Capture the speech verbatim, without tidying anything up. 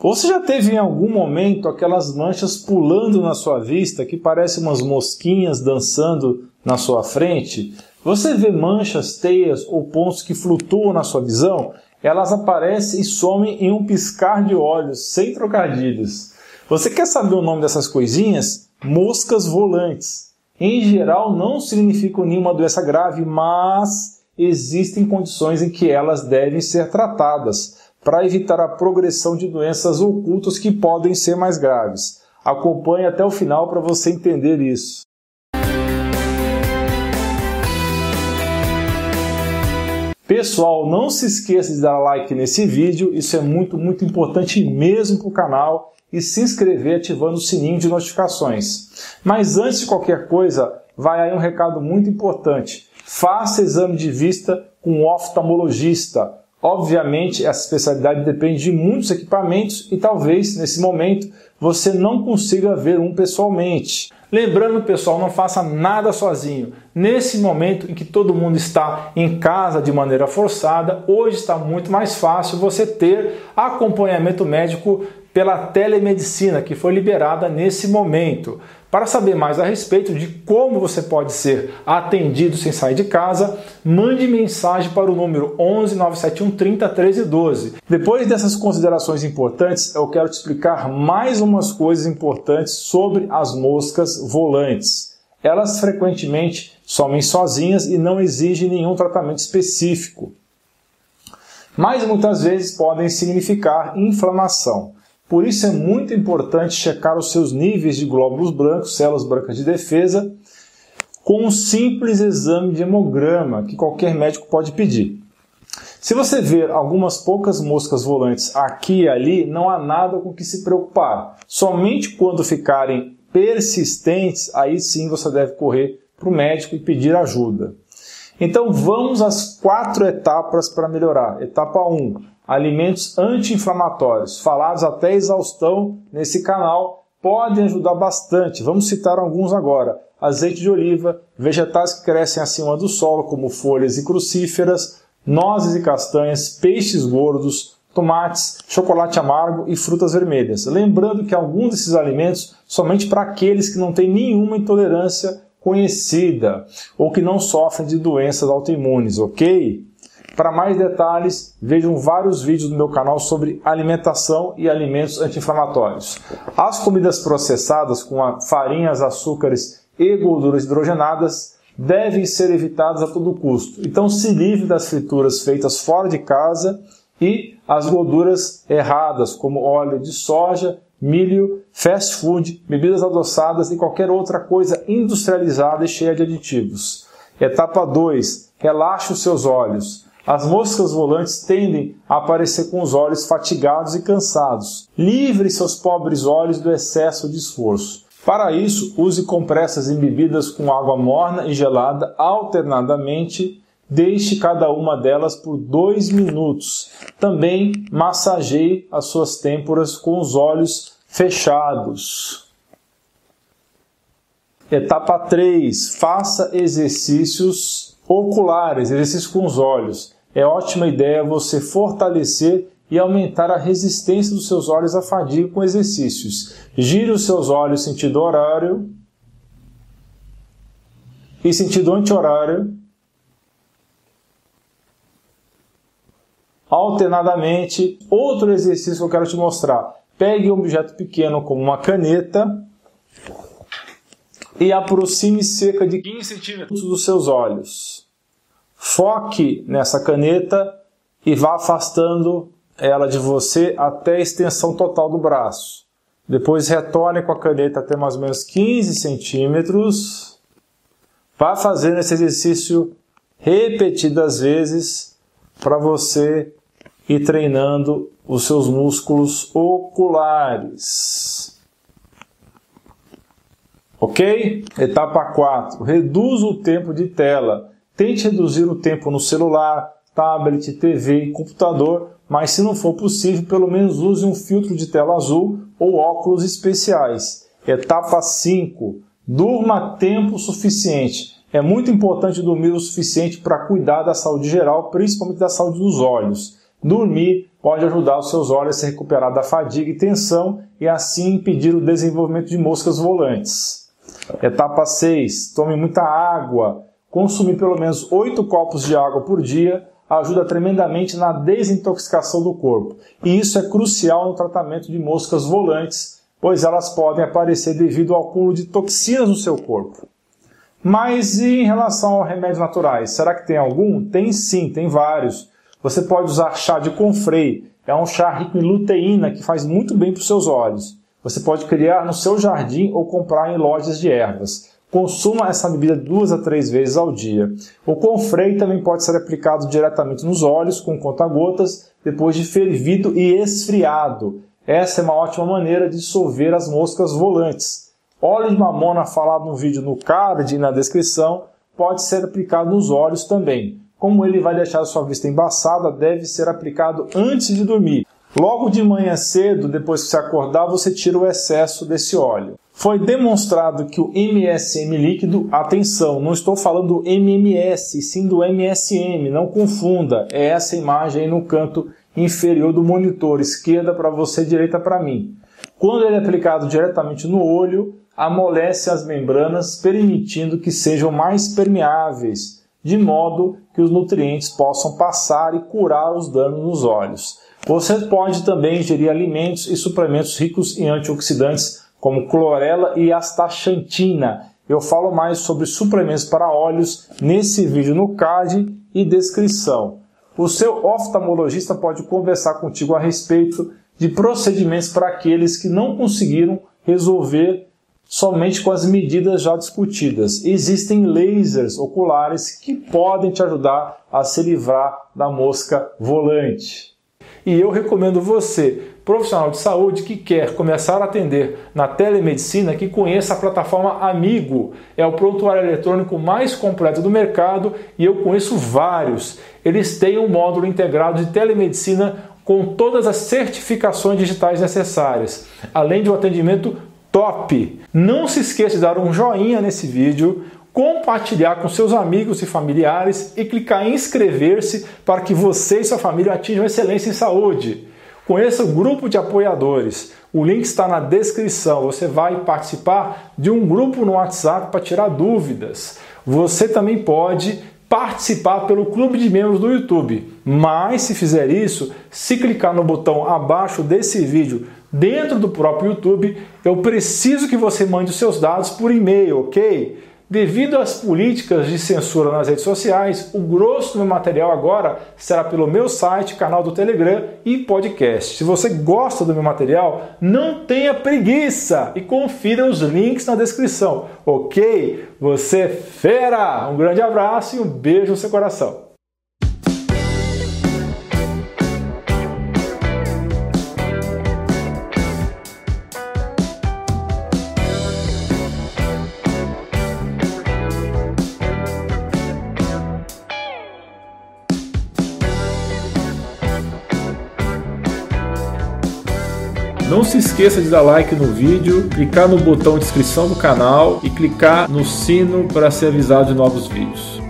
Você já teve em algum momento aquelas manchas pulando na sua vista que parecem umas mosquinhas dançando na sua frente? Você vê manchas, teias ou pontos que flutuam na sua visão? Elas aparecem e somem em um piscar de olhos, sem trocadilhos. Você quer saber o nome dessas coisinhas? Moscas volantes. Em geral, não significam nenhuma doença grave, mas existem condições em que elas devem ser tratadas para evitar a progressão de doenças ocultas que podem ser mais graves. Acompanhe até o final para você entender isso. Pessoal, não se esqueça de dar like nesse vídeo, isso é muito, muito importante mesmo para o canal, e se inscrever ativando o sininho de notificações. Mas antes de qualquer coisa, vai aí um recado muito importante. Faça exame de vista com um oftalmologista. Obviamente, essa especialidade depende de muitos equipamentos e talvez, nesse momento, você não consiga ver um pessoalmente. Lembrando, pessoal, não faça nada sozinho. Nesse momento em que todo mundo está em casa de maneira forçada, hoje está muito mais fácil você ter acompanhamento médico pela telemedicina, que foi liberada nesse momento. Para saber mais a respeito de como você pode ser atendido sem sair de casa, mande mensagem para o número onze nove sete um trinta treze doze. Depois dessas considerações importantes, eu quero te explicar mais umas coisas importantes sobre as moscas volantes. Elas frequentemente somem sozinhas e não exigem nenhum tratamento específico, mas muitas vezes podem significar inflamação. Por isso é muito importante checar os seus níveis de glóbulos brancos, células brancas de defesa, com um simples exame de hemograma que qualquer médico pode pedir. Se você ver algumas poucas moscas volantes aqui e ali, não há nada com que se preocupar. Somente quando ficarem persistentes, aí sim você deve correr para o médico e pedir ajuda. Então vamos às quatro etapas para melhorar. Etapa um. Alimentos anti-inflamatórios, falados até exaustão nesse canal, podem ajudar bastante. Vamos citar alguns agora. Azeite de oliva, vegetais que crescem acima do solo, como folhas e crucíferas, nozes e castanhas, peixes gordos, tomates, chocolate amargo e frutas vermelhas. Lembrando que alguns desses alimentos somente para aqueles que não têm nenhuma intolerância conhecida ou que não sofrem de doenças autoimunes, ok? Para mais detalhes, vejam vários vídeos do meu canal sobre alimentação e alimentos anti-inflamatórios. As comidas processadas com farinhas, açúcares e gorduras hidrogenadas devem ser evitadas a todo custo. Então se livre das frituras feitas fora de casa e as gorduras erradas, como óleo de soja, milho, fast food, bebidas adoçadas e qualquer outra coisa industrializada e cheia de aditivos. Etapa dois. Relaxe os seus olhos. As moscas volantes tendem a aparecer com os olhos fatigados e cansados. Livre seus pobres olhos do excesso de esforço. Para isso, use compressas embebidas com água morna e gelada alternadamente. Deixe cada uma delas por dois minutos. Também massageie as suas têmporas com os olhos fechados. Etapa três. Faça exercícios oculares, exercícios com os olhos. É ótima ideia você fortalecer e aumentar a resistência dos seus olhos à fadiga com exercícios. Gire os seus olhos sentido horário e sentido anti-horário, alternadamente. Outro exercício que eu quero te mostrar. Pegue um objeto pequeno como uma caneta e aproxime cerca de quinze centímetros dos seus olhos. Foque nessa caneta e vá afastando ela de você até a extensão total do braço. Depois retorne com a caneta até mais ou menos quinze centímetros. Vá fazendo esse exercício repetidas vezes para você ir treinando os seus músculos oculares. Ok? Etapa quatro. Reduza o tempo de tela. Tente reduzir o tempo no celular, tablet, T V e computador, mas se não for possível, pelo menos use um filtro de tela azul ou óculos especiais. Etapa cinco. Durma tempo suficiente. É muito importante dormir o suficiente para cuidar da saúde geral, principalmente da saúde dos olhos. Dormir pode ajudar os seus olhos a se recuperar da fadiga e tensão e assim impedir o desenvolvimento de moscas volantes. Etapa seis. Tome muita água. Consumir pelo menos oito copos de água por dia ajuda tremendamente na desintoxicação do corpo. E isso é crucial no tratamento de moscas volantes, pois elas podem aparecer devido ao acúmulo de toxinas no seu corpo. Mas e em relação aos remédios naturais? Será que tem algum? Tem sim, tem vários. Você pode usar chá de confrei. É um chá rico em luteína que faz muito bem para os seus olhos. Você pode criar no seu jardim ou comprar em lojas de ervas. Consuma essa bebida duas a três vezes ao dia. O confrei também pode ser aplicado diretamente nos olhos com conta-gotas depois de fervido e esfriado. Essa é uma ótima maneira de dissolver as moscas volantes. Óleo de mamona, falado no vídeo no card e na descrição, pode ser aplicado nos olhos também. Como ele vai deixar a sua vista embaçada, deve ser aplicado antes de dormir. Logo de manhã cedo, depois que você acordar, você tira o excesso desse óleo. Foi demonstrado que o M S M líquido, atenção, não estou falando do M M S, sim do M S M, não confunda, é essa imagem aí no canto inferior do monitor, esquerda para você, direita para mim. Quando ele é aplicado diretamente no olho, amolece as membranas, permitindo que sejam mais permeáveis, de modo que os nutrientes possam passar e curar os danos nos olhos. Você pode também ingerir alimentos e suplementos ricos em antioxidantes, como clorela e astaxantina. Eu falo mais sobre suplementos para olhos nesse vídeo no card e descrição. O seu oftalmologista pode conversar contigo a respeito de procedimentos para aqueles que não conseguiram resolver somente com as medidas já discutidas. Existem lasers oculares que podem te ajudar a se livrar da mosca volante. E eu recomendo você, profissional de saúde que quer começar a atender na telemedicina, que conheça a plataforma Amigo. É o prontuário eletrônico mais completo do mercado e eu conheço vários. Eles têm um módulo integrado de telemedicina com todas as certificações digitais necessárias, além de um atendimento top. Não se esqueça de dar um joinha nesse vídeo, compartilhar com seus amigos e familiares e clicar em inscrever-se para que você e sua família atinjam excelência em saúde. Conheça o grupo de apoiadores. O link está na descrição. Você vai participar de um grupo no WhatsApp para tirar dúvidas. Você também pode participar pelo clube de membros do YouTube. Mas se fizer isso, se clicar no botão abaixo desse vídeo dentro do próprio YouTube, eu preciso que você mande os seus dados por e-mail, ok? Devido às políticas de censura nas redes sociais, o grosso do meu material agora será pelo meu site, canal do Telegram e podcast. Se você gosta do meu material, não tenha preguiça e confira os links na descrição, ok? Você é fera! Um grande abraço e um beijo no seu coração. Não se esqueça de dar like no vídeo, clicar no botão de inscrição do canal e clicar no sino para ser avisado de novos vídeos.